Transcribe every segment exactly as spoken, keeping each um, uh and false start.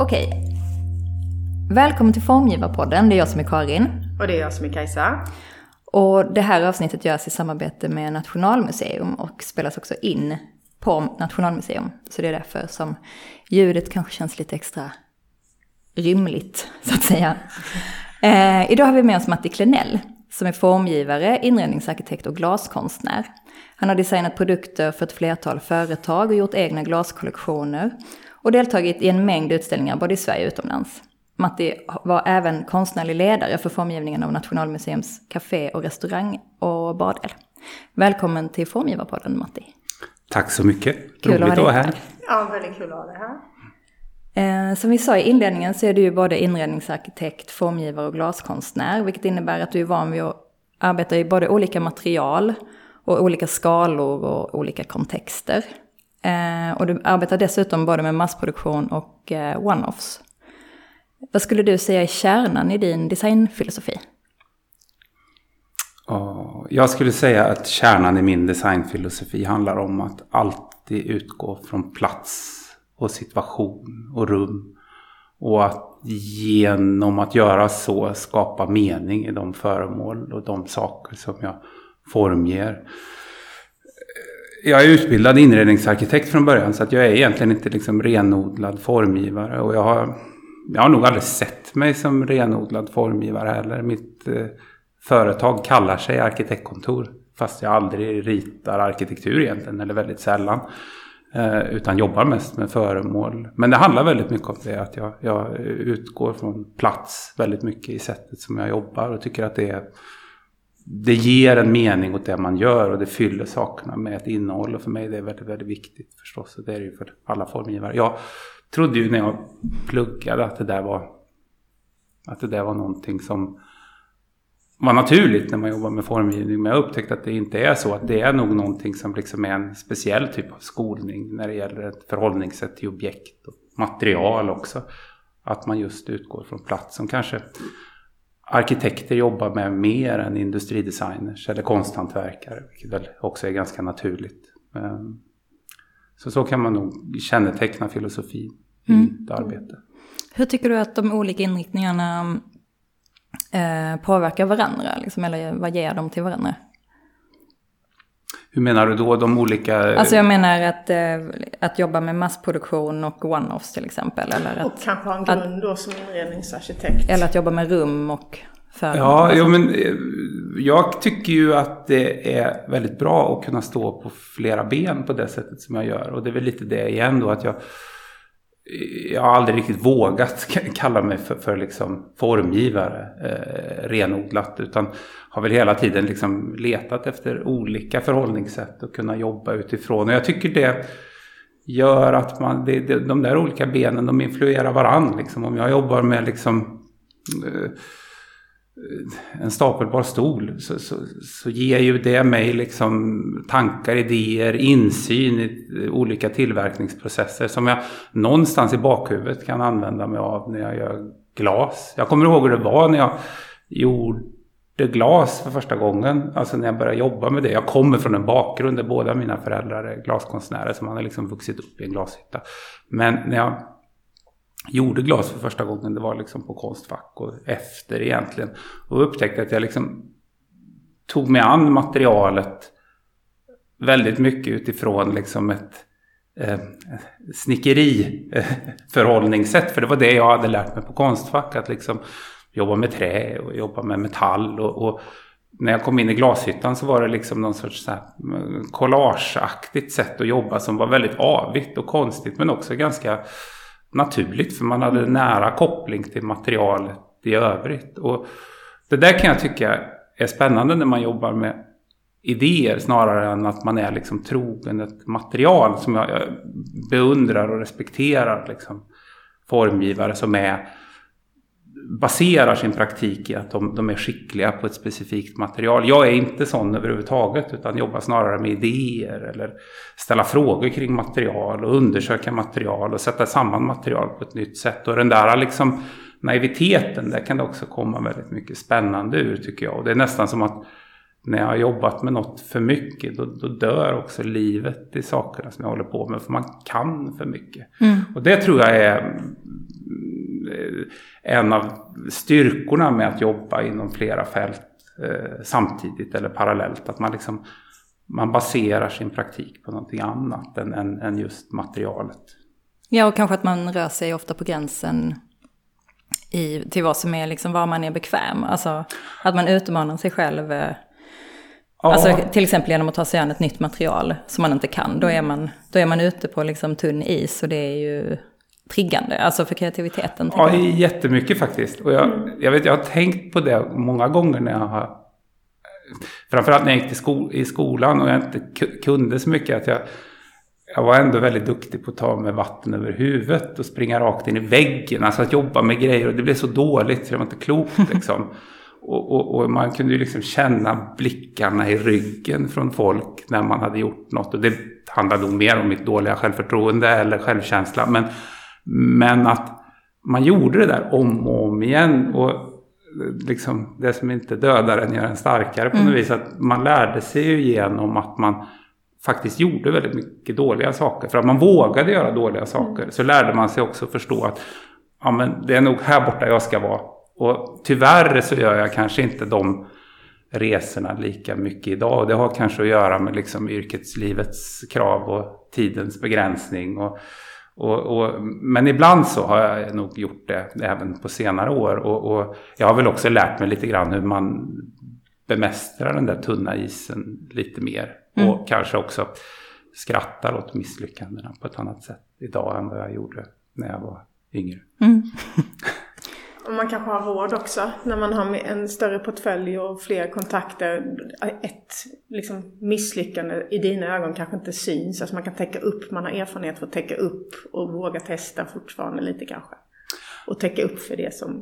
Okej. Välkommen till Formgivarpodden. Det är jag som är Karin. Och det är jag som är Kajsa. Och det här avsnittet görs i samarbete med Nationalmuseum och spelas också in på Nationalmuseum. Så det är därför som ljudet kanske känns lite extra rymligt, så att säga. Eh, idag har vi med oss Matti Klenell som är formgivare, inredningsarkitekt och glaskonstnär. Han har designat produkter för ett flertal företag och gjort egna glaskollektioner och deltagit i en mängd utställningar både i Sverige och utomlands. Matti var även konstnärlig ledare för formgivningen av Nationalmuseums café och restaurang och badel. Välkommen till Formgivarpodden, Matti. Tack så mycket. Kul Roligt att vara här. Ja, väldigt kul att ha dig här. Eh, som vi sa i inledningen så är du ju både inredningsarkitekt, formgivare och glaskonstnär, vilket innebär att du är van vid att arbeta i både olika material och olika skalor och olika kontexter. Eh, och du arbetar dessutom både med massproduktion och eh, one-offs. Vad skulle du säga är kärnan i din designfilosofi? Jag skulle säga att kärnan i min designfilosofi handlar om att alltid utgå från plats och situation och rum. Och att genom att göra så skapa mening i de föremål och de saker som jag formger. Jag är utbildad inredningsarkitekt från början, så att jag är egentligen inte liksom renodlad formgivare. Och jag har, jag har nog aldrig sett mig som renodlad formgivare heller. Mitt eh, företag kallar sig arkitektkontor, fast jag aldrig ritar arkitektur egentligen, eller väldigt sällan. Eh, utan jobbar mest med föremål. Men det handlar väldigt mycket om det, att jag, jag utgår från plats väldigt mycket i sättet som jag jobbar. Och tycker att det är... Det ger en mening åt det man gör och det fyller sakerna med ett innehåll. Och för mig är det väldigt, väldigt viktigt förstås. Och det är det ju för alla formgivare. Jag trodde ju när jag pluggade att det där var, att det där var någonting som var naturligt när man jobbar med formgivning. Men jag upptäckte att det inte är så. Att det är nog någonting som liksom är en speciell typ av skolning när det gäller ett förhållningssätt till objekt och material också. Att man just utgår från plats som kanske... Arkitekter jobbar med mer än industridesigners eller konsthantverkare, vilket väl också är ganska naturligt. Så så kan man nog känneteckna filosofi i mm. mitt arbete. Hur tycker du att de olika inriktningarna eh, påverkar varandra? Liksom, eller vad ger de till varandra? Hur menar du då de olika... Alltså jag menar att, eh, att jobba med massproduktion och one-offs till exempel. Eller att, och kanske ha en grund att, då som inredningsarkitekt. Eller att jobba med rum och föremål. Ja, jo, men jag tycker ju att det är väldigt bra att kunna stå på flera ben på det sättet som jag gör. Och det är väl lite det igen då att jag... Jag har aldrig riktigt vågat kalla mig för, för liksom formgivare eh, renodlat, utan har väl hela tiden liksom letat efter olika förhållningssätt och kunna jobba utifrån. Och jag tycker det gör att man, det, det, de där olika benen, de influerar varann. Liksom. Om jag jobbar med liksom, eh, en stapelbar stol så, så, så ger ju det mig liksom tankar, idéer, insyn i olika tillverkningsprocesser som jag någonstans i bakhuvudet kan använda mig av när jag gör glas. Jag kommer ihåg hur det var när jag gjorde glas för första gången, alltså när jag började jobba med det. Jag kommer från en bakgrund där båda mina föräldrar är glaskonstnärer, som har liksom vuxit upp i en glashytta. Men när jag gjorde glas för första gången, det var liksom på Konstfack och efter egentligen, och upptäckte att jag liksom tog mig an materialet väldigt mycket utifrån liksom ett eh, snickeriförhållningssätt, för det var det jag hade lärt mig på Konstfack, att liksom jobba med trä och jobba med metall och, och när jag kom in i glashyttan så var det liksom någon sorts så här collageaktigt sätt att jobba som var väldigt avigt och konstigt, men också ganska naturligt, för man hade nära koppling till materialet i övrigt. Och det där kan jag tycka är spännande när man jobbar med idéer snarare än att man är liksom trogen ett material, som jag beundrar och respekterar liksom formgivare som är baserar sin praktik i att de, de är skickliga på ett specifikt material. Jag är inte sån överhuvudtaget, utan jobbar snarare med idéer eller ställa frågor kring material och undersöka material och sätta samman material på ett nytt sätt. Och den där liksom naiviteten, där kan det också komma väldigt mycket spännande ur, tycker jag. Och det är nästan som att när jag har jobbat med något för mycket, då, då dör också livet i sakerna som jag håller på med, för man kan för mycket. Mm. Och det tror jag är en av styrkorna med att jobba inom flera fält eh, samtidigt eller parallellt. Att man liksom man baserar sin praktik på någonting annat än, än, än just materialet. Ja, och kanske att man rör sig ofta på gränsen i, till vad som är liksom, var man är bekväm. Alltså att man utmanar sig själv. Eh, ja. Alltså till exempel genom att ta sig an ett nytt material som man inte kan. Då är man, då är man ute på liksom tunn is och det är ju triggande, alltså för kreativiteten. Ja, jag. jättemycket faktiskt. Och jag, jag vet, jag har tänkt på det många gånger när jag har, framförallt när jag gick till sko, i skolan och jag inte kunde så mycket att jag, jag var ändå väldigt duktig på att ta med vatten över huvudet och springa rakt in i väggen, alltså att jobba med grejer, och det blev så dåligt så det var inte klokt liksom. och, och, och man kunde ju liksom känna blickarna i ryggen från folk när man hade gjort något, och det handlade nog mer om mitt dåliga självförtroende eller självkänsla, men Men att man gjorde det där om och om igen, och liksom det som inte dödar en gör en starkare på något mm. vis. Att man lärde sig ju genom att man faktiskt gjorde väldigt mycket dåliga saker. För att man vågade göra dåliga saker mm. så lärde man sig också förstå att ja, men det är nog här borta jag ska vara. Och tyvärr så gör jag kanske inte de resorna lika mycket idag. Och det har kanske att göra med liksom yrkeslivets krav och tidens begränsning och Och, och, men ibland så har jag nog gjort det även på senare år. Och, och jag har väl också lärt mig lite grann hur man bemästrar den där tunna isen lite mer. Mm. Och kanske också skrattar åt misslyckandena på ett annat sätt idag än vad jag gjorde när jag var yngre. Mm. Och man kanske har råd också när man har en större portfölj och fler kontakter. Ett liksom, misslyckande i dina ögon kanske inte syns. Alltså man kan täcka upp, man har erfarenhet för att täcka upp och våga testa fortfarande lite kanske. Och täcka upp för det som,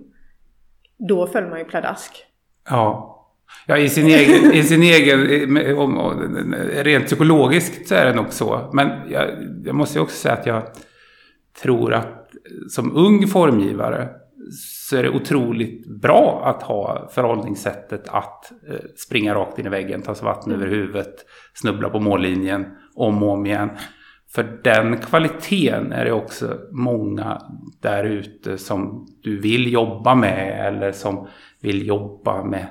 då följer man ju pladask. Ja. Ja, i sin egen, i sin egen om, om, rent psykologiskt så är det nog så. Men jag, jag måste ju också säga att jag tror att som ung formgivare så är det otroligt bra att ha förhållningssättet att eh, springa rakt in i väggen, ta sig vatten mm. över huvudet, snubbla på mållinjen om och om igen. För den kvaliteten är det också många där ute som du vill jobba med, eller som vill jobba med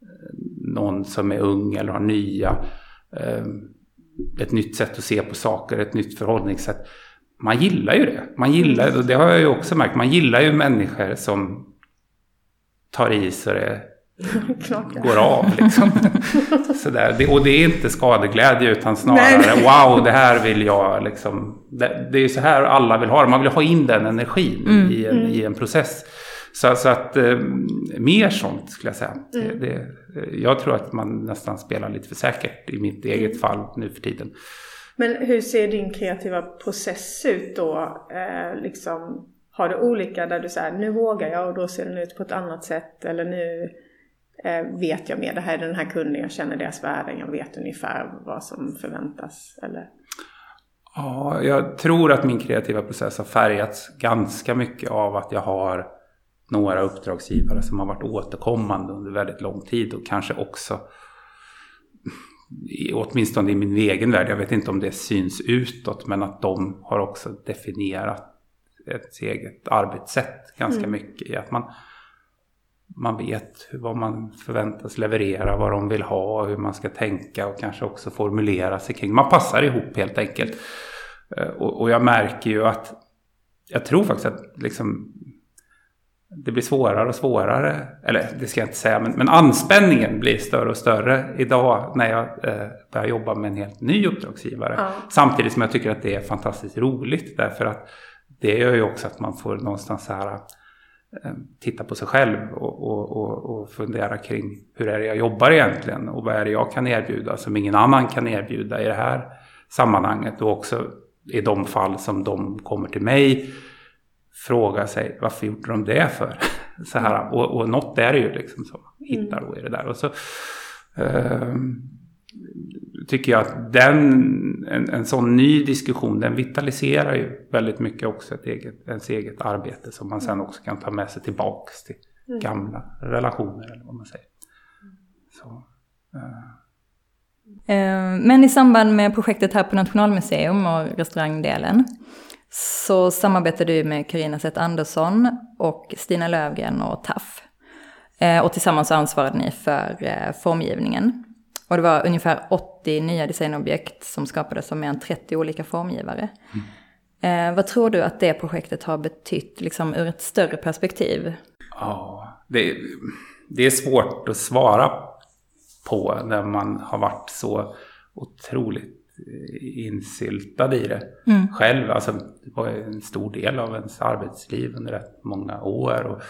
någon som är ung eller har nya, eh, ett nytt sätt att se på saker, ett nytt förhållningssätt. Man gillar ju det. Man gillar, och det har jag ju också märkt, man gillar ju människor som tar i så det går av liksom. Sådär. Det, och det är inte skadeglädje utan snarare nej. Wow, det här vill jag liksom. Det, det är ju så här alla vill ha det. Man vill ha in den energin mm. i, en, mm. i en process. Så, så att eh, mer sånt skulle jag säga. Mm. Det, det, jag tror att man nästan spelar lite för säkert i mitt eget fall nu för tiden. Men hur ser din kreativa process ut då? Eh, liksom, har du olika där du säger nu vågar jag och då ser den ut på ett annat sätt? Eller nu eh, vet jag mer, det här är den här kunden, jag känner deras värden, jag vet ungefär vad som förväntas? Eller? Ja, jag tror att min kreativa process har färgats ganska mycket av att jag har några uppdragsgivare som har varit återkommande under väldigt lång tid, och kanske också åtminstone i min egen värld, jag vet inte om det syns utåt, men att de har också definierat ett eget arbetssätt ganska mm. mycket i att man, man vet vad man förväntas leverera, vad de vill ha, hur man ska tänka och kanske också formulera sig kring. Man passar ihop helt enkelt. Och, och jag märker ju att jag tror faktiskt att liksom det blir svårare och svårare, eller det ska jag inte säga, men, men anspänningen blir större och större idag när jag eh, börjar jobba med en helt ny uppdragsgivare. Ja. Samtidigt som jag tycker att det är fantastiskt roligt, därför att det gör ju också att man får någonstans så här, eh, titta på sig själv och, och, och, och fundera kring hur är det jag jobbar egentligen och vad är det jag kan erbjuda som ingen annan kan erbjuda i det här sammanhanget, och också i de fall som de kommer till mig fråga sig, varför gjorde de det för? Så här, och, och något är det ju liksom som hittar då i det där. Och så eh, tycker jag att den, en, en sån ny diskussion, den vitaliserar ju väldigt mycket också ett eget, ens eget arbete som man sen också kan ta med sig tillbaks till mm. gamla relationer eller vad man säger. Så, eh. Men i samband med projektet här på Nationalmuseum och restaurangdelen så samarbetade du med Carina Zett Andersson och Stina Lövgren och T A F. Eh, och tillsammans ansvarade ni för eh, formgivningen. Och det var ungefär åttio nya designobjekt som skapades av mer än trettio olika formgivare. Mm. Eh, vad tror du att det projektet har betytt liksom, ur ett större perspektiv? Ja, det, det är svårt att svara på när man har varit så otroligt insyltad i det mm. själv. Alltså, det var en stor del av ens arbetsliv under rätt många år. Och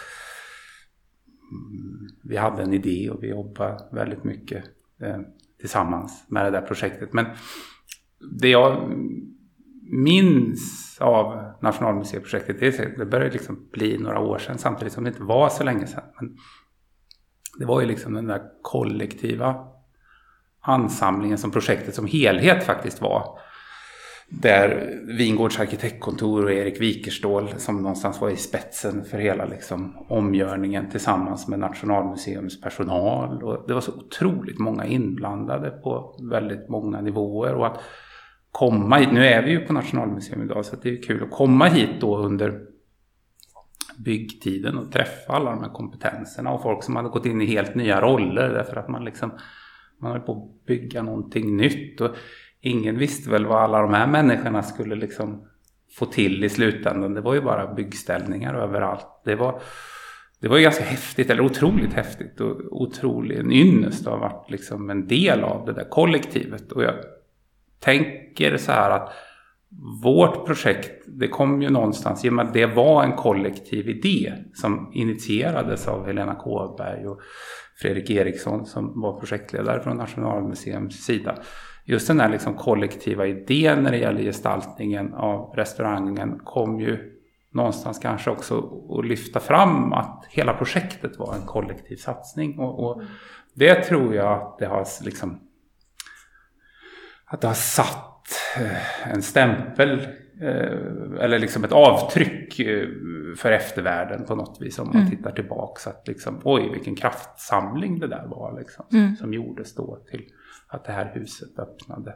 vi hade en idé och vi jobbade väldigt mycket eh, tillsammans med det där projektet. Men det jag minns av Nationalmuseiprojektet, det, det började liksom bli några år sedan, samtidigt som det inte var så länge sedan. Men det var ju liksom den där kollektiva ansamlingen som projektet som helhet faktiskt var. Där Vingårds arkitektkontor och Erik Wikerstål som någonstans var i spetsen för hela liksom omgörningen tillsammans med Nationalmuseums personal. Och det var så otroligt många inblandade på väldigt många nivåer. Och att komma hit, nu är vi ju på Nationalmuseum idag så det är kul att komma hit då under byggtiden och träffa alla de här kompetenserna och folk som hade gått in i helt nya roller därför att man liksom man höll på att bygga någonting nytt och ingen visste väl vad alla de här människorna skulle liksom få till i slutändan. Det var ju bara byggställningar överallt. Det var, det var ju ganska häftigt, eller otroligt häftigt och otroligt en ynnest att ha varit liksom en del av det där kollektivet. Och jag tänker så här att vårt projekt, det kom ju någonstans, i och med att det var en kollektiv idé som initierades av Helena Kåberg och Fredrik Eriksson som var projektledare från Nationalmuseums sida. Just den här liksom kollektiva idén när det gäller gestaltningen av restaurangen kom ju någonstans kanske också att lyfta fram att hela projektet var en kollektiv satsning. Och, och det tror jag att det har liksom att det har satt en stämpel eller liksom ett avtryck för eftervärlden på något vis om man mm. tittar tillbaka så att liksom, oj vilken kraftsamling det där var liksom, mm. som gjordes då till att det här huset öppnade.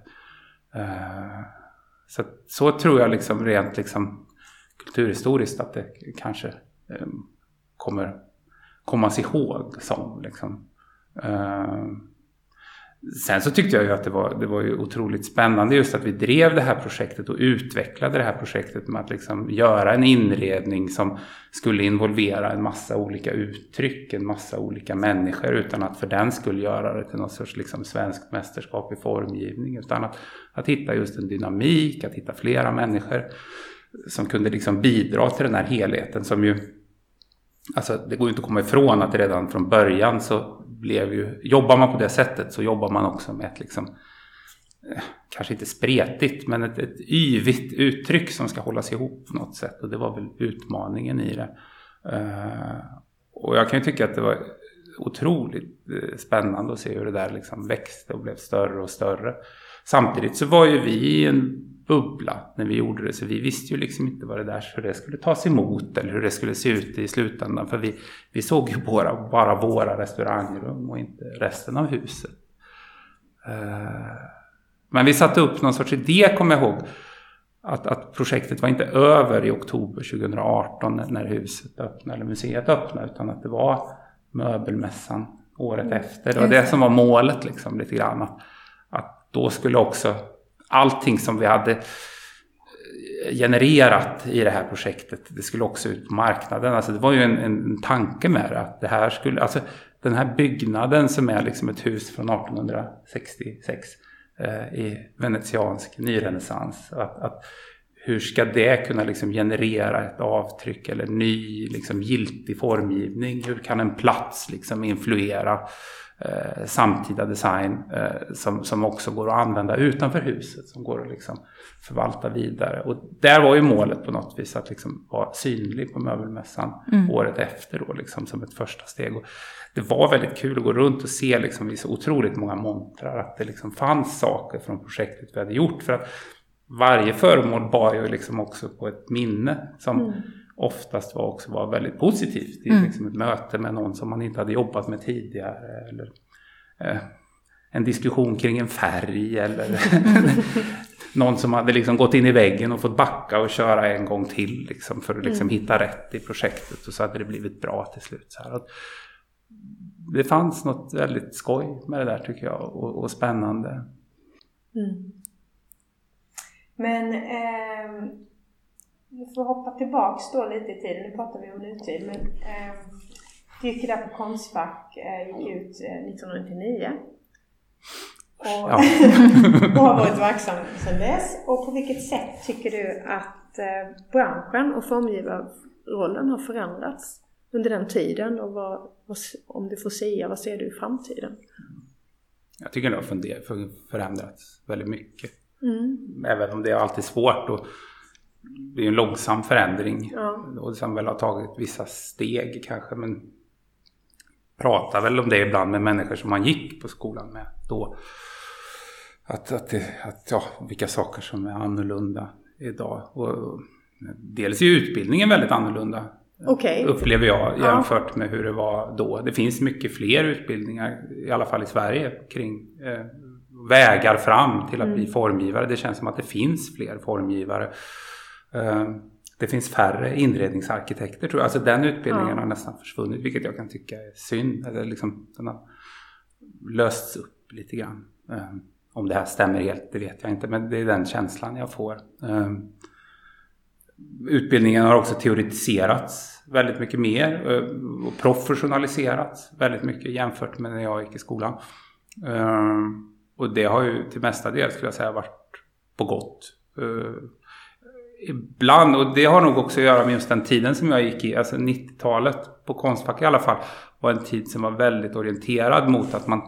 Så, så tror jag liksom rent liksom kulturhistoriskt att det kanske kommer kommas ihåg som liksom. Sen så tyckte jag ju att det var, det var ju otroligt spännande just att vi drev det här projektet och utvecklade det här projektet med att liksom göra en inredning som skulle involvera en massa olika uttryck, en massa olika människor utan att för den skulle göra det till något sorts liksom svenskt mästerskap i formgivning utan att, att hitta just en dynamik, att hitta flera människor som kunde liksom bidra till den här helheten som ju, alltså det går ju inte att komma ifrån att redan från början så blev ju, jobbar man på det sättet så jobbar man också med ett liksom, eh, kanske inte spretigt men ett, ett yvigt uttryck som ska hållas ihop på något sätt och det var väl utmaningen i det. Uh, och jag kan ju tycka att det var otroligt eh, spännande att se hur det där liksom växte och blev större och större. Samtidigt så var ju vi i en bubbla när vi gjorde det så vi visste ju liksom inte vad det där hur det skulle tas emot eller hur det skulle se ut i slutändan för vi, vi såg ju bara, bara våra restaurangrum och inte resten av huset. Uh, men vi satte upp någon sorts idé, kommer jag ihåg, att, att projektet var inte över i oktober tjugoarton när huset öppnade eller museet öppnade utan att det var möbelmässan året mm. efter. Det var det som var målet liksom lite grann att, att då skulle också allting som vi hade genererat i det här projektet, det skulle också ut på marknaden. Alltså det var ju en, en tanke med det, att det här skulle, alltså den här byggnaden som är liksom ett hus från arton sextiosex eh, i venetiansk nyrenässans, att, att hur ska det kunna liksom generera ett avtryck eller ny liksom giltig formgivning? Hur kan en plats liksom influera Eh, samtida design eh, som, som också går att använda utanför huset, som går att liksom förvalta vidare. Och där var ju målet på något vis att liksom vara synlig på möbelmässan mm. året efter då, liksom, som ett första steg. Och det var väldigt kul att gå runt och se liksom, i så otroligt många montrar att det liksom fanns saker från projektet vi hade gjort, för att varje föremål bar ju liksom också på ett minne som mm. oftast var också var väldigt positivt i mm. liksom ett möte med någon som man inte hade jobbat med tidigare eller eh, en diskussion kring en färg eller någon som hade liksom gått in i väggen och fått backa och köra en gång till liksom, för att liksom Mm. hitta rätt i projektet, och så hade det blivit bra till slut. Så här. Det fanns något väldigt skoj med det där tycker jag, och, och spännande. Mm. Men eh, vi får hoppa tillbaks då lite i tiden. Nu pratar vi om nutid, men eh, du gick där på Konstfack, eh, gick ut eh, nittonhundranittionio och, Ja. och har varit verksam sedan dess. Och på vilket sätt tycker du att eh, branschen och formgivarrollen har förändrats under den tiden, och vad, vad, om du får säga, vad ser du i framtiden? Jag tycker det har funder- för- förändrats väldigt mycket. Mm. Även om det är alltid svårt, och det är en långsam förändring. Ja. Och som väl har tagit vissa steg kanske, men pratar väl om det ibland med människor som man gick på skolan med då. Att, att, det, att ja, vilka saker som är annorlunda idag. Och dels är utbildningen väldigt annorlunda. Okay. Upplever jag jämfört ja. med hur det var då. Det finns mycket fler utbildningar, i alla fall i Sverige, kring eh, vägar fram till att mm. bli formgivare. Det känns som att det finns fler formgivare. Eh, det finns färre inredningsarkitekter tror jag. Alltså den utbildningen ja. har nästan försvunnit, vilket jag kan tycka är synd. Eller liksom, den har lösts upp lite grann. Eh, om det här stämmer helt, det vet jag inte. Men det är den känslan jag får. Eh, Utbildningen har också teoretiserats väldigt mycket mer och professionaliserats väldigt mycket jämfört med när jag gick i skolan. Och det har ju till mesta del, skulle jag säga, varit på gott. Ibland, och det har nog också att göra med just den tiden som jag gick i, alltså nittiotalet på Konstfack i alla fall, var en tid som var väldigt orienterad mot att man,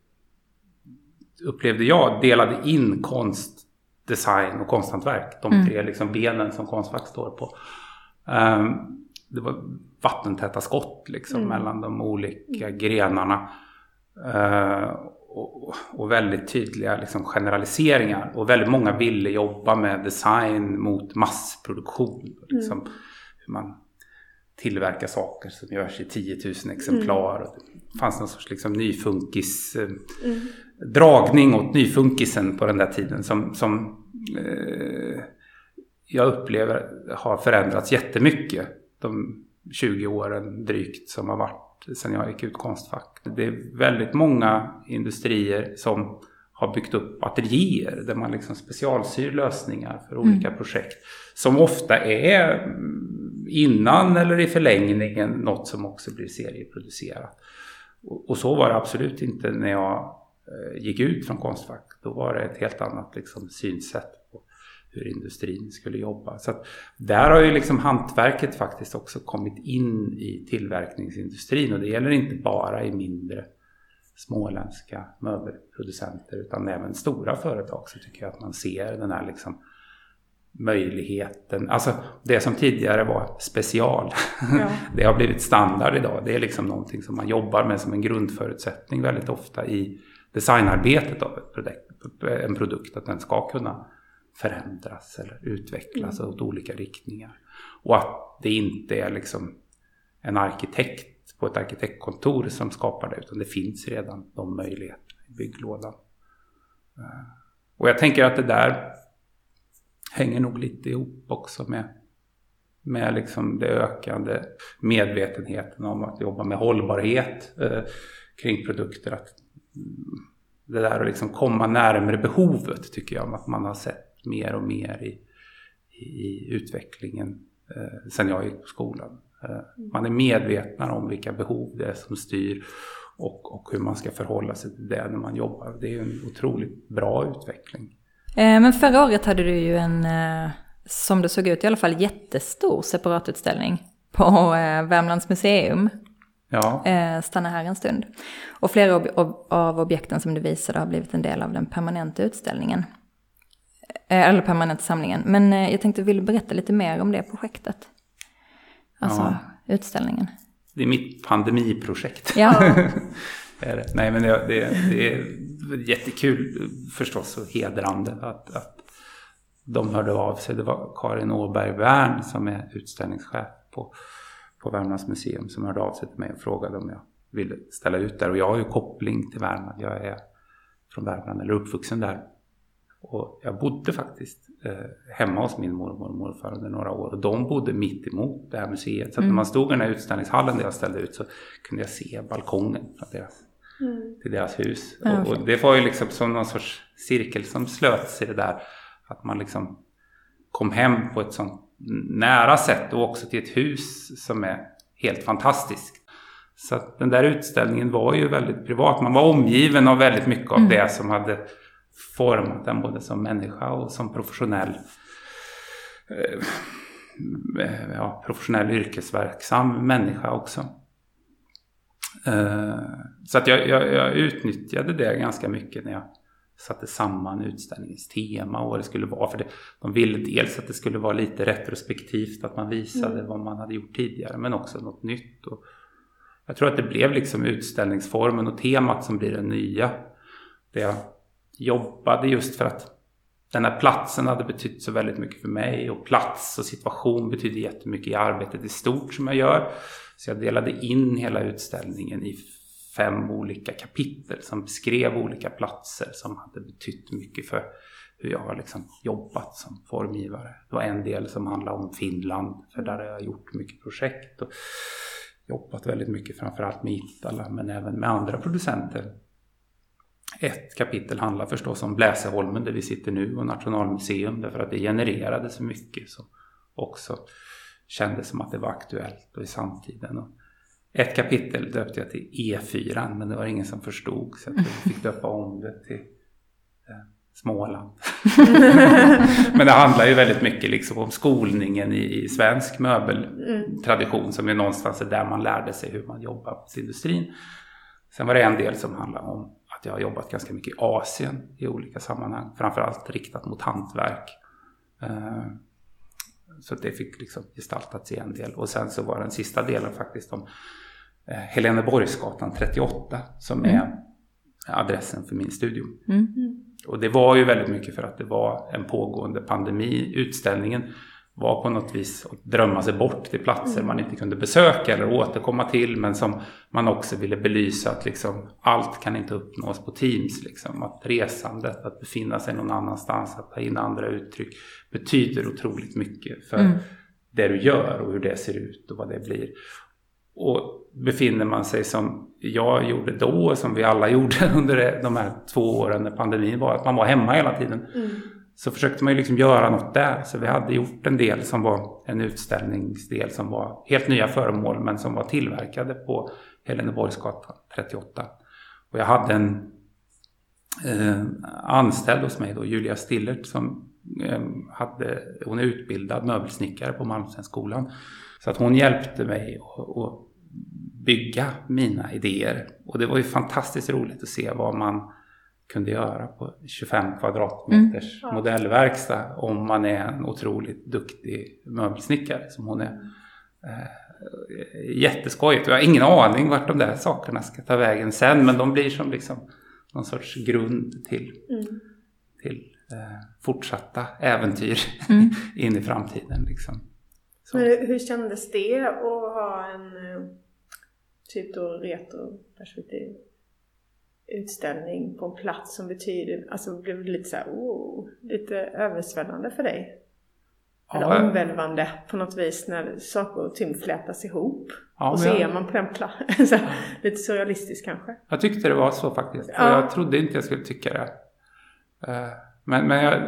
upplevde jag, delade in konst, design och konsthantverk. De tre liksom benen som Konstfack står på. Um, det var vattentäta skott liksom mm. mellan de olika grenarna. Uh, och, och väldigt tydliga liksom generaliseringar. Och väldigt många ville jobba med design mot massproduktion. Liksom, mm. hur man tillverkar saker som görs i tio tusen exemplar. Mm. Det fanns någon sorts liksom nyfunkis... Uh, mm. dragning åt nyfunkisen på den där tiden som, som eh, jag upplever har förändrats jättemycket de tjugo åren drygt som har varit sedan jag gick ut Konstfack. Det är väldigt många industrier som har byggt upp ateljéer där man liksom specialsyr lösningar för olika mm. projekt som ofta är innan eller i förlängningen något som också blir serieproducerat. Och, och så var det absolut inte när jag gick ut från Konstfack. Då var det ett helt annat liksom, synsätt på hur industrin skulle jobba. Så att där har ju liksom hantverket faktiskt också kommit in i tillverkningsindustrin, och det gäller inte bara i mindre småländska möbelproducenter utan även stora företag, så tycker jag att man ser den här liksom möjligheten. Alltså det som tidigare var special, ja. det har blivit standard idag. Det är liksom någonting som man jobbar med som en grundförutsättning väldigt ofta i designarbetet av ett produkt, en produkt, att den ska kunna förändras eller utvecklas mm. åt olika riktningar. Och att det inte är liksom en arkitekt på ett arkitektkontor som skapar det, utan det finns redan de möjligheterna i bygglådan. Och jag tänker att det där hänger nog lite ihop också med, med liksom det ökande medvetenheten om att jobba med hållbarhet eh, kring produkter. Att det där att liksom komma närmare behovet, tycker jag, att man har sett mer och mer i, i, i utvecklingen eh, sen jag gick på skolan. Eh, man är medvetna om vilka behov det är som styr och, och hur man ska förhålla sig till det när man jobbar. Det är ju en otroligt bra utveckling. Men förra året hade du ju en, som det såg ut i alla fall, jättestor separatutställning på Värmlands museum. Ja. Stanna här en stund. Och flera av objekten som du visade har blivit en del av den permanenta utställningen. Eller permanenta samlingen. Men jag tänkte, vill du berätta lite mer om det projektet? Alltså ja. utställningen. Det är mitt pandemiprojekt. Ja. Nej, men det, det, det är jättekul förstås och hedrande att, att de hörde av sig. Det var Karin Åberg Wern som är utställningschef på, på Värmlands museum som hörde av sig till mig och frågade om jag ville ställa ut där. Och jag har ju koppling till Värmland. Jag är från Värmland eller uppvuxen där. Och jag bodde faktiskt eh, hemma hos min mormor och morfar under några år. Och de bodde mitt emot det här museet. Så att mm. när man stod i den här utställningshallen där jag ställde ut så kunde jag se balkongen från deras, mm. till deras hus. Ja, och, och det var ju liksom som någon sorts cirkel som slöts i det där. Att man liksom kom hem på ett sånt nära sätt och också till ett hus som är helt fantastiskt. Så att den där utställningen var ju väldigt privat. Man var omgiven av väldigt mycket av mm. det som hade format den både som människa och som professionell eh, ja, professionell yrkesverksam människa också. Eh, så att jag, jag, jag utnyttjade det ganska mycket när jag satte samman utställningens tema och vad det skulle vara. För det, de ville dels att det skulle vara lite retrospektivt, att man visade mm. vad man hade gjort tidigare, men också något nytt. Och jag tror att det blev liksom utställningsformen och temat som blir det nya. Det jag jobbade just för att den här platsen hade betytt så väldigt mycket för mig. Och plats och situation betyder jättemycket i arbetet i stort som jag gör. Så jag delade in hela utställningen i fem olika kapitel som beskrev olika platser som hade betytt mycket för hur jag har liksom jobbat som formgivare. Det var en del som handlade om Finland, för där har jag gjort mycket projekt och jobbat väldigt mycket framförallt med Iittala men även med andra producenter. Ett kapitel handlar förstås om Bläseholmen där vi sitter nu och Nationalmuseum, därför att det genererade så mycket som också kändes som att det var aktuellt och i samtiden. Och ett kapitel döpte jag till E fyra, men det var ingen som förstod så jag fick döpa om det till eh, Småland. Men det handlar ju väldigt mycket liksom om skolningen i, i svensk möbeltradition som är någonstans där man lärde sig hur man jobbar på industrin. Sen var det en del som handlar om att jag har jobbat ganska mycket i Asien i olika sammanhang, framförallt riktat mot hantverk. Eh, Så det fick liksom gestaltats i en del. Och sen så var den sista delen faktiskt om eh, Heleneborgsgatan trettioåtta som mm. är adressen för min studio. Mm. Och det var ju väldigt mycket för att det var en pågående pandemi. Utställningen var på något vis att drömma sig bort till platser mm. man inte kunde besöka eller återkomma till. Men som man också ville belysa att liksom, allt kan inte uppnås på Teams. Liksom. Att resandet, att befinna sig någon annanstans, att ta in andra uttryck betyder otroligt mycket för mm. det du gör och hur det ser ut och vad det blir. Och befinner man sig som jag gjorde då, som vi alla gjorde under de här två åren när pandemin var, att man var hemma hela tiden. Mm. Så försökte man ju liksom göra något där. Så vi hade gjort en del som var en utställningsdel som var helt nya föremål men som var tillverkade på Heleneborgsgatan trettioåtta. Och jag hade en eh, anställd hos mig då, Julia Stillert, som eh, hade, hon är utbildad möbelsnickare på Malmstenskolan. Så att hon hjälpte mig att bygga mina idéer. Och det var ju fantastiskt roligt att se vad man kunde göra på tjugofem kvadratmeters mm. modellverkstad om man är en otroligt duktig möbelsnickare som hon är. Eh, jätteskojigt. Jag har ingen aning vart de där sakerna ska ta vägen sen, men de blir som liksom någon sorts grund till, mm. till eh, fortsatta äventyr mm. in i framtiden. Liksom. Så. Men hur kändes det att ha en typ då retroperspektiv utställning på en plats som betyder, alltså blev det lite så här, oh, lite översvällande för dig? Eller ja, omvälvande på något vis när saker och ting flätas ihop. Ja, och så jag... är man på den platsen. Lite surrealistiskt kanske. Jag tyckte det var så faktiskt. Ja. Jag trodde inte jag skulle tycka det. Men, men jag,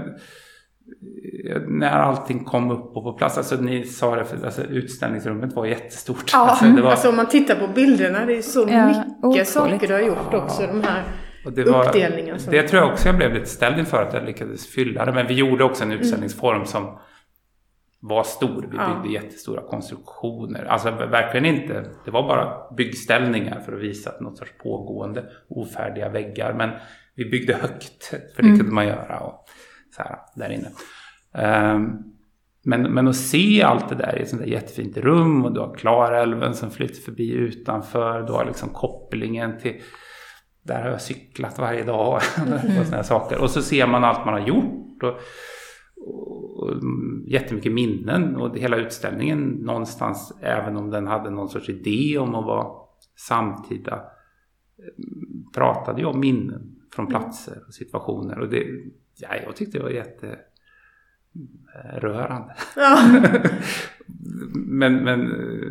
när allting kom upp och på plats, alltså ni sa det, för, alltså, utställningsrummet var jättestort. Ja, alltså, det var... alltså om man tittar på bilderna, det är så ja, mycket otroligt. Saker du har gjort ja. Också, de här och det var, uppdelningarna. Som... Det tror jag också jag blev lite ställd inför att jag lyckades fylla det, men vi gjorde också en utställningsform mm. som var stor. Vi byggde ja. Jättestora konstruktioner. Alltså verkligen inte, det var bara byggställningar för att visa att något sorts pågående ofärdiga väggar, men vi byggde högt, för det mm. kunde man göra och så här, där inne. Um, men, men att se allt det där i ett sånt där jättefint rum, och du har Klarälven som flyter förbi utanför, du har liksom kopplingen till, där har jag cyklat varje dag och såna här saker. Och så ser man allt man har gjort och, och, och jättemycket minnen, och hela utställningen någonstans, även om den hade någon sorts idé om att vara samtida, pratade ju om minnen från platser och situationer, och det ja, jag tyckte det var jätterörande. Ja. men, men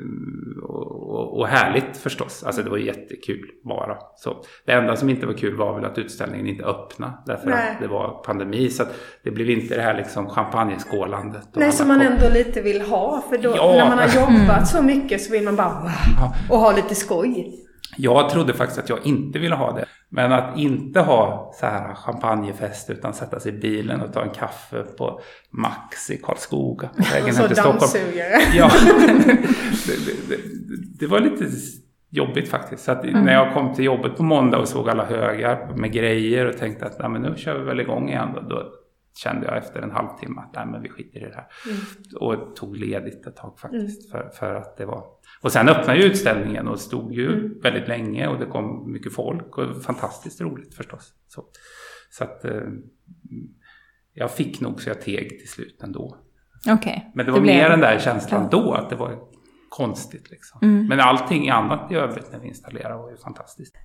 och, och härligt förstås. Alltså det var jättekul bara. Så det enda som inte var kul var väl att utställningen inte öppnade. Därför Nej. Att det var pandemi. Så att det blev inte det här liksom champagneskålandet. Nej, som man kom. Ändå lite vill ha. För då, ja. När man har jobbat så mycket så vill man bara wow, ja. Och ha lite skoj. Jag trodde faktiskt att jag inte ville ha det. Men att inte ha så här champagnefest utan sätta sig i bilen och ta en kaffe på Max i Karlskoga. På vägen hem till Stockholm. Ja, det, det, det, det var lite jobbigt faktiskt. Så att mm. när jag kom till jobbet på måndag och såg alla högar med grejer och tänkte att nej, men nu kör vi väl igång igen. Då, då kände jag efter en halvtimme att nej, men vi skiter i det här. Mm. Och tog ledigt ett tag faktiskt mm. för, för att det var... Och sen öppnade ju utställningen och stod ju mm. väldigt länge och det kom mycket folk och fantastiskt roligt förstås. Så, så att eh, jag fick nog så jag teg till slut ändå. Okay. Men det var det mer blev... den där känslan ja. Då att det var konstigt liksom. Mm. Men allting annat i övrigt när vi installerade var ju fantastiskt.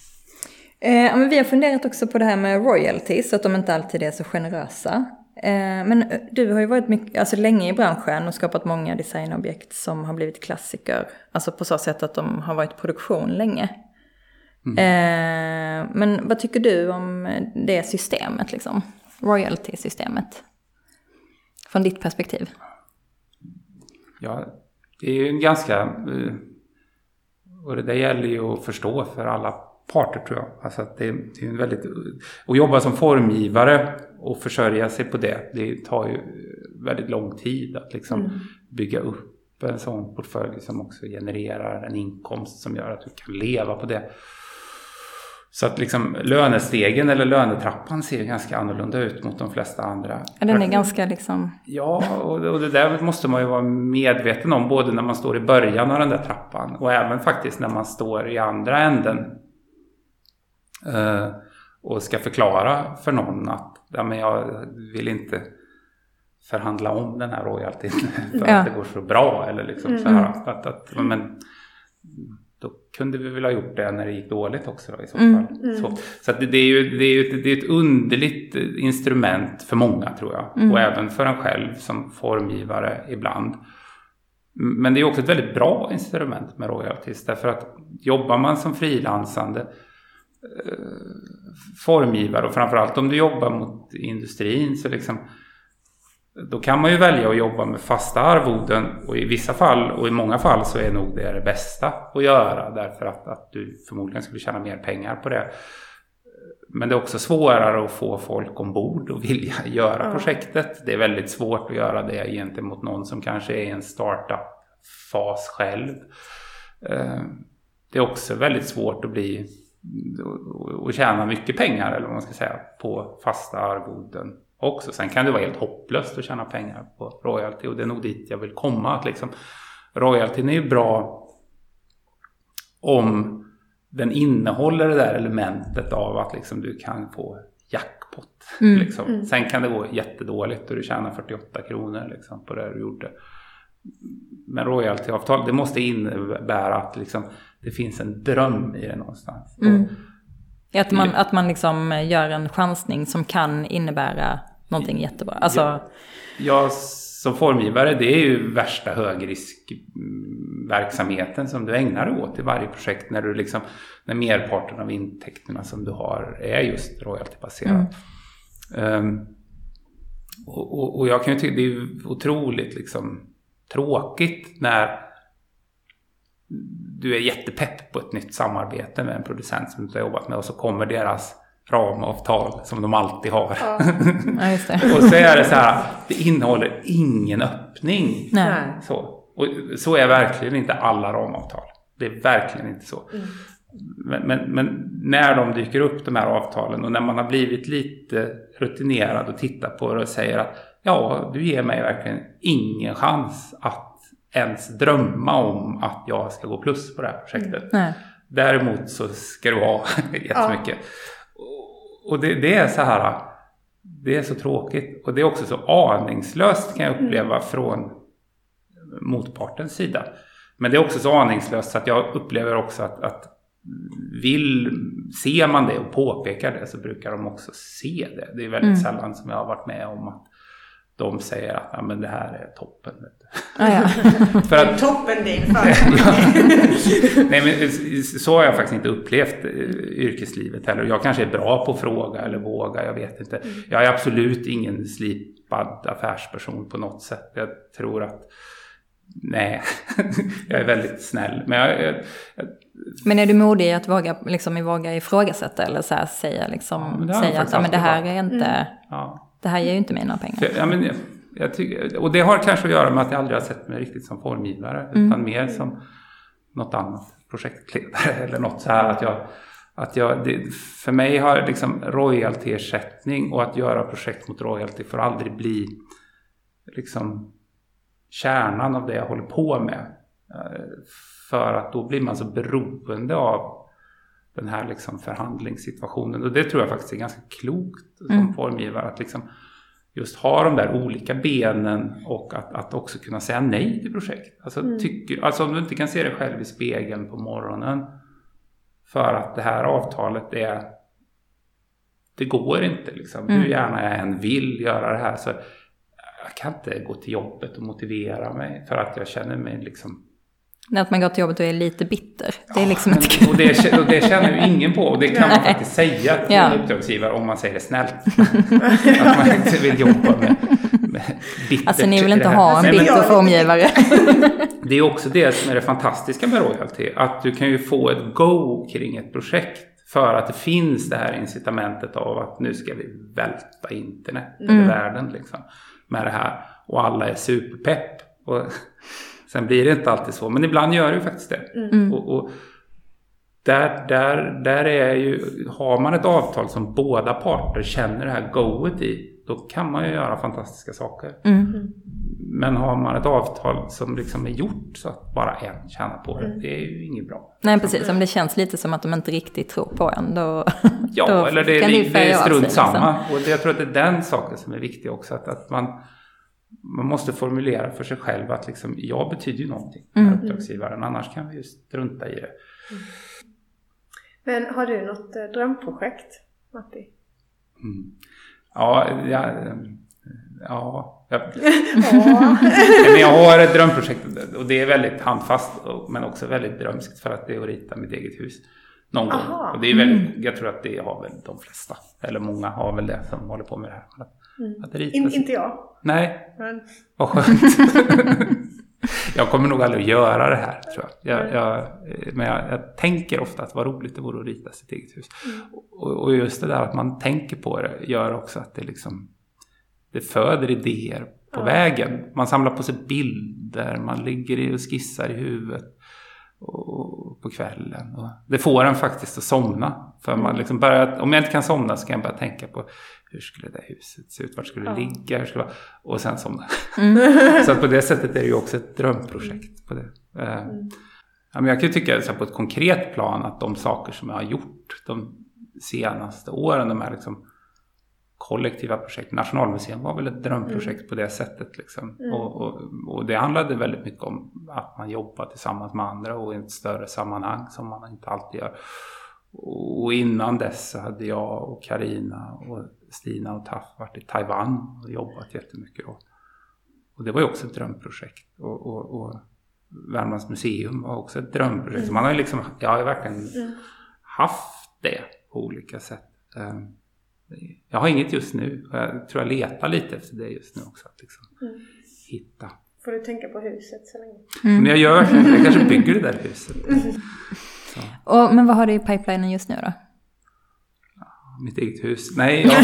Eh, men vi har funderat också på det här med royalties, att de inte alltid är så generösa. Eh, men du har ju varit mycket, alltså länge i branschen och skapat många designobjekt som har blivit klassiker. Alltså på så sätt att de har varit i produktion länge. Mm. Eh, men vad tycker du om det systemet liksom? Royalty-systemet. Från ditt perspektiv. Ja, det är ju en ganska... Och det där gäller ju att förstå för alla parter tror jag. Alltså att det, det är en väldigt... Att jobba som formgivare och försörja sig på det. Det tar ju väldigt lång tid att liksom mm. bygga upp en sån portfölj som också genererar en inkomst som gör att du kan leva på det. Så att liksom lönestegen eller lönetrappan ser ganska annorlunda ut mot de flesta andra. Ja, den är ganska liksom... Ja, och, och det där måste man ju vara medveten om både när man står i början av den där trappan och även faktiskt när man står i andra änden uh, och ska förklara för någon att ja, men jag vill inte förhandla om den här royaltyn för ja. Att det går så bra eller liksom mm. så här att, att men då kunde vi väl ha gjort det när det gick dåligt också då, i så fall. Mm. Mm. Så, så att det, det är ju det är ju ett, det är ett underligt instrument för många tror jag. Mm. Och även för en själv som formgivare ibland. Men det är också ett väldigt bra instrument med royalties. Därför att jobbar man som frilansande eh, formgivare och framförallt om du jobbar mot industrin så liksom då kan man ju välja att jobba med fasta arvoden och i vissa fall och i många fall så är nog det det bästa att göra därför att, att du förmodligen skulle tjäna mer pengar på det. Men det är också svårare att få folk ombord och vilja göra mm. projektet. Det är väldigt svårt att göra det gentemot någon som kanske är i en startup-fas själv. Det är också väldigt svårt att bli och tjäna mycket pengar eller vad man ska säga på fasta arvoden. Också. Sen kan det vara helt hopplöst att tjäna pengar på royalty och det är nog dit jag vill komma. Att liksom, royaltyn är ju bra om den innehåller det där elementet av att liksom, du kan få jackpot. Mm. Liksom. Mm. Sen kan det gå jättedåligt och du tjänar fyrtioåtta kronor liksom, på det du gjorde. Men royaltyavtal, det måste innebära att liksom, det finns en dröm i det någonstans. Mm. Och, Att man, att man liksom gör en chansning som kan innebära någonting jättebra. Alltså... Ja, ja, som formgivare, det är ju värsta högriskverksamheten som du ägnar dig åt i varje projekt. När, du liksom, när merparten av intäkterna som du har är just royaltybaserat. Mm. Um, och, och, och jag kan ju tycka det är otroligt liksom, tråkigt när du är jättepepp på ett nytt samarbete med en producent som du har jobbat med och så kommer deras ramavtal som de alltid har. Ja. Ja, just det. Och så är det så här, det innehåller ingen öppning. Nej. Så. Och så är verkligen inte alla ramavtal. Det är verkligen inte så. Mm. Men, men, men när de dyker upp de här avtalen och när man har blivit lite rutinerad och tittar på det och säger att ja, du ger mig verkligen ingen chans att ens drömma om att jag ska gå plus på det här projektet. Mm. Däremot så ska du ha jättemycket. Ja. Och det, det är så här, det är så tråkigt. Och det är också så aningslöst kan jag uppleva mm. från motpartens sida. Men det är också så aningslöst så att jag upplever också att, att vill, ser man det och påpekar det så brukar de också se det. Det är väldigt mm. sällan som jag har varit med om att de säger att ja, men det här är toppen. Ah, ja. För att, toppen din för ja. Nej, men så har jag faktiskt inte upplevt yrkeslivet heller. Jag kanske är bra på att fråga eller våga, jag vet inte. Mm. Jag är absolut ingen slipad affärsperson på något sätt. Jag tror att nej, jag är väldigt snäll. Men, jag, jag, jag, men är du modig att våga, liksom, våga ifrågasätta eller så här, säga, liksom, ja, säga att ja, men det här är inte... Mm. Ja. Det här ger ju inte mig några pengar. Ja, men jag, jag tycker, och det har kanske att göra med att jag aldrig har sett mig riktigt som formgivare. Mm. Utan mer som något annat projektledare eller något så här. Att jag, att jag, det, för mig har liksom royalty-ersättning och att göra projekt mot royalty får aldrig bli liksom kärnan av det jag håller på med. För att då blir man så beroende av den här liksom förhandlingssituationen. Och det tror jag faktiskt är ganska klokt som mm. formgivare. Att liksom just ha de där olika benen och att, att också kunna säga nej till projekt. Alltså, mm. tycker, alltså om du inte kan se dig själv i spegeln på morgonen för att det här avtalet är... Det går inte liksom. Mm. Hur gärna jag än vill göra det här så jag kan inte gå till jobbet och motivera mig för att jag känner mig liksom... När att man går till jobbet och är lite bitter. Det är ja, liksom men, inte... och, det, och det känner ju ingen på. Och det kan man faktiskt säga till ja. en uppdragsgivare om man säger det snällt. Att man inte vill jobba med, med bitter. Alltså ni vill inte ha en bitter formgivare. Det är också det som är det fantastiska med royalty. Att du kan ju få ett go kring ett projekt. För att det finns det här incitamentet av att nu ska vi välta internet mm. över världen liksom, med det här. Och alla är superpepp. Och... Sen blir det inte alltid så, men ibland gör det ju faktiskt det. Mm. Och, och där, där, där är ju, har man ett avtal som båda parter känner det här goet i, då kan man ju göra fantastiska saker. Mm. Men har man ett avtal som liksom är gjort så att bara en tjänar på det, mm. det är ju inget bra. Nej, precis. Om det känns lite som att de inte riktigt tror på en, då ja, då eller det, det, det, det är strunt samma. Liksom. Och det, jag tror att det är den saken som är viktig också, att, att man... Man måste formulera för sig själv att liksom, jag betyder ju någonting med mm. uppdragsgivaren, annars kan vi ju strunta i det. Mm. Men har du något eh, drömprojekt, Matti? Mm. Ja, ja, ja, ja. Men jag har ett drömprojekt och det är väldigt handfast men också väldigt drömskt för att det är att rita mitt eget hus någon gång. Och det är väldigt, jag tror att det har väl de flesta, eller många har väl det som håller på med det här. Mm. Att rita In, inte jag. Nej, men... vad skönt. Jag kommer nog aldrig att göra det här, tror jag. jag, jag men jag, jag tänker ofta att vad roligt det vore att rita sitt eget hus. Mm. Och, och just det där att man tänker på det gör också att det liksom det föder idéer på ja. vägen. Man samlar på sig bilder, man ligger i och skissar i huvudet och på kvällen. Och det får en faktiskt att somna. För man liksom börjar, om jag inte kan somna så kan jag bara tänka på hur skulle det huset se ut, vart skulle det ja. ligga, hur skulle det vara, och sen somna. Mm. Så att på det sättet är det ju också ett drömprojekt på det. Mm. Ja, men jag kan ju tycka så här, på ett konkret plan att de saker som jag har gjort de senaste åren, de här liksom kollektiva projekt. Nationalmuseum var väl ett drömprojekt mm. på det sättet. Liksom. Mm. Och, och, och det handlade väldigt mycket om att man jobbar tillsammans med andra och i ett större sammanhang som man inte alltid gör. Och innan dess så hade jag och Karina och Stina och Taff varit i Taiwan och jobbat jättemycket då. Och det var ju också ett drömprojekt. Och, och, och Värmlands museum var också ett drömprojekt. Mm. Så man har ju liksom, jag har ju verkligen mm. haft det på olika sätt. Jag har inget just nu. Jag tror jag letar lite efter det just nu också. Att liksom mm. hitta. Får du tänka på huset så länge? Mm. Men jag gör verkligen, jag kanske bygger det där huset. Mm. Och, men vad har du i pipelinen just nu då? Ja, mitt eget hus. Nej, jag,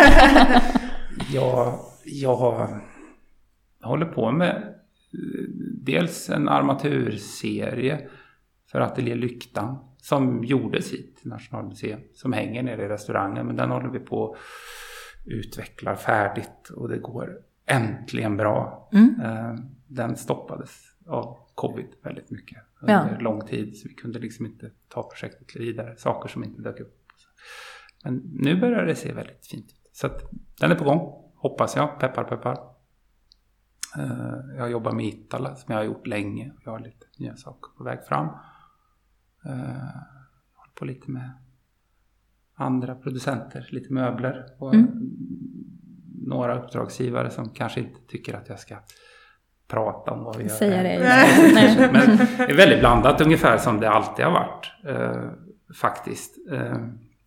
jag, jag, jag håller på med dels en armaturserie för Atelier Lyktan som gjordes hit till Nationalmuseum, som hänger nere i restaurangen, men den håller vi på att utveckla färdigt och det går äntligen bra. Mm. Den stoppades av covid väldigt mycket under ja. lång tid, så vi kunde liksom inte ta projektet vidare, saker som inte dök upp. Men nu börjar det se väldigt fint ut. Så att den är på gång, hoppas jag, peppar peppar. Jag jobbar med Itala som jag har gjort länge. Jag har lite nya saker på väg fram. på lite med andra producenter, lite möbler och Mm. några uppdragsgivare som kanske inte tycker att jag ska prata om vad vi gör. Säga det. Nej. Men det är väldigt blandat, ungefär som det alltid har varit eh, faktiskt. Eh,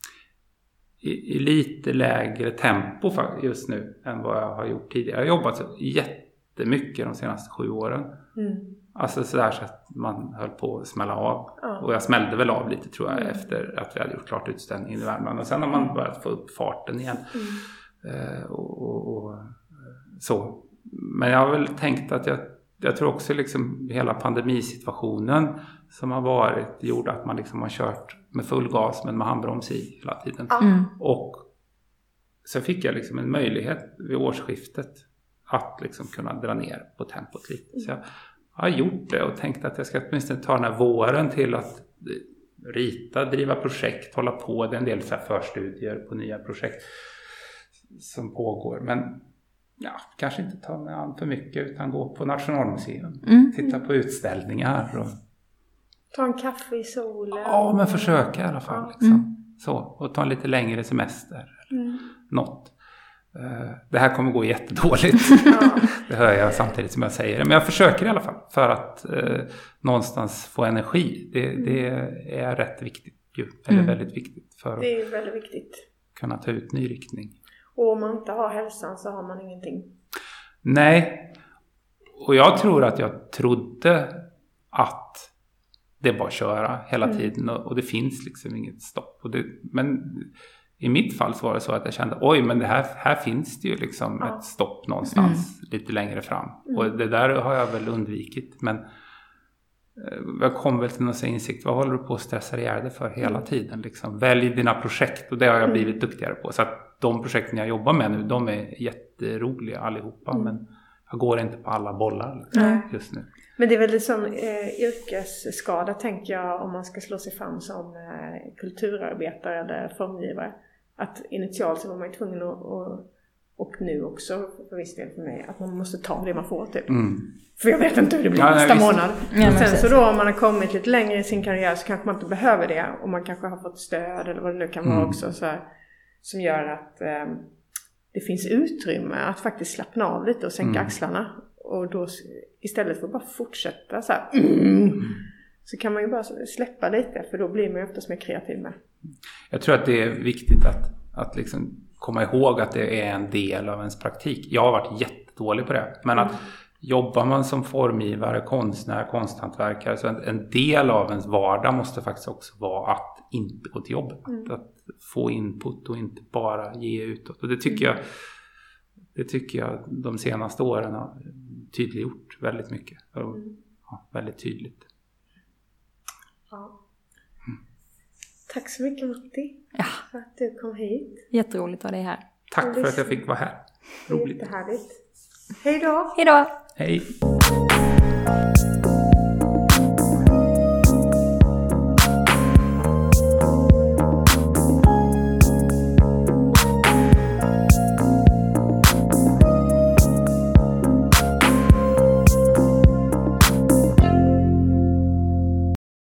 i, I lite lägre tempo just nu än vad jag har gjort tidigare. Jag har jobbat så jättemycket de senaste sju åren. Mm. Alltså sådär så att man höll på att smälla av. Ja. Och jag smällde väl av lite tror jag Mm. efter att vi hade gjort klart utställningen i Värmland. Och sen har man börjat få upp farten igen. Mm. Eh, och, och, och så. Men jag har väl tänkt att jag, jag tror också liksom hela pandemisituationen som har varit gjorde att man liksom har kört med full gas men med handbroms i hela tiden. Mm. Och så fick jag liksom en möjlighet vid årsskiftet att liksom kunna dra ner på tempot lite. Så jag har gjort det och tänkt att jag ska åtminstone ta den här våren till att rita, driva projekt, hålla på. Det är en del så här förstudier på nya projekt som pågår. Men ja, kanske inte ta mig an för mycket utan gå på Nationalmuseum. Mm. Titta på utställningar. Och, Ta en kaffe i solen. ja, men försöka i alla fall. Ja. Liksom. Mm. Så, och ta en lite längre semester. Mm. Något. Uh, det här kommer gå jättedåligt. Ja. Det hör jag samtidigt som jag säger det. Men jag försöker i alla fall. För att uh, någonstans få energi. Det, det är rätt viktigt. Ju, eller Mm. väldigt viktigt. För att Det är väldigt viktigt. kunna ta ut ny riktning. Och om man inte har hälsan så har man ingenting. Nej. Och jag tror att jag trodde att det bara köra hela Mm. tiden. Och, och det finns liksom inget stopp. Och det, men i mitt fall så var det så att jag kände, oj men det här, här finns det ju liksom Ja. ett stopp någonstans lite längre fram. Mm. Och det där har jag väl undvikit. Men eh, jag kom väl till någon insikt, vad håller du på att stressa ihjäl dig för hela Mm. tiden? Liksom, välj dina projekt och det har jag Mm. blivit duktigare på. Så att de projekten jag jobbar med nu, de är jätteroliga allihopa. Mm. Men jag går inte på alla bollar liksom, Nej. just nu. Men det är väl liksom eh, yrkesskada tänker jag om man ska slå sig fram som eh, kulturarbetare eller formgivare. Att initialt så var man ju tvungen att, och, och nu också för viss del för mig, att man måste ta det man får typ. Mm. För jag vet inte hur det blir Ja, nej, nästa visst. månad. Ja, men och sen precis. så då om man har kommit lite längre i sin karriär så kanske man inte behöver det. Och man kanske har fått stöd eller vad det nu kan vara Mm. också. Så här, som gör att eh, det finns utrymme att faktiskt slappna av lite och sänka Mm. axlarna. Och då s- istället för att bara fortsätta så här. Mm, så kan man ju bara släppa lite. För då blir man ju oftast mer kreativ med. Jag tror att det är viktigt att, att liksom komma ihåg att det är en del av ens praktik. Jag har varit jättedålig på det. Men att jobbar man som formgivare, konstnär, konsthantverkare så en, en del av ens vardag måste faktiskt också vara att inte gå till jobbet. Mm. Att få input och inte bara ge utåt. Och det tycker jag, det tycker jag de senaste åren har tydliggjort väldigt mycket. Och, Mm. ja, väldigt tydligt. Ja. Tack så mycket Matti Ja. för att du kom hit. Jätteroligt att ha dig här. Tack för att jag fick vara här. Roligt. Jättehärligt. Hej då! Hej då! Hej!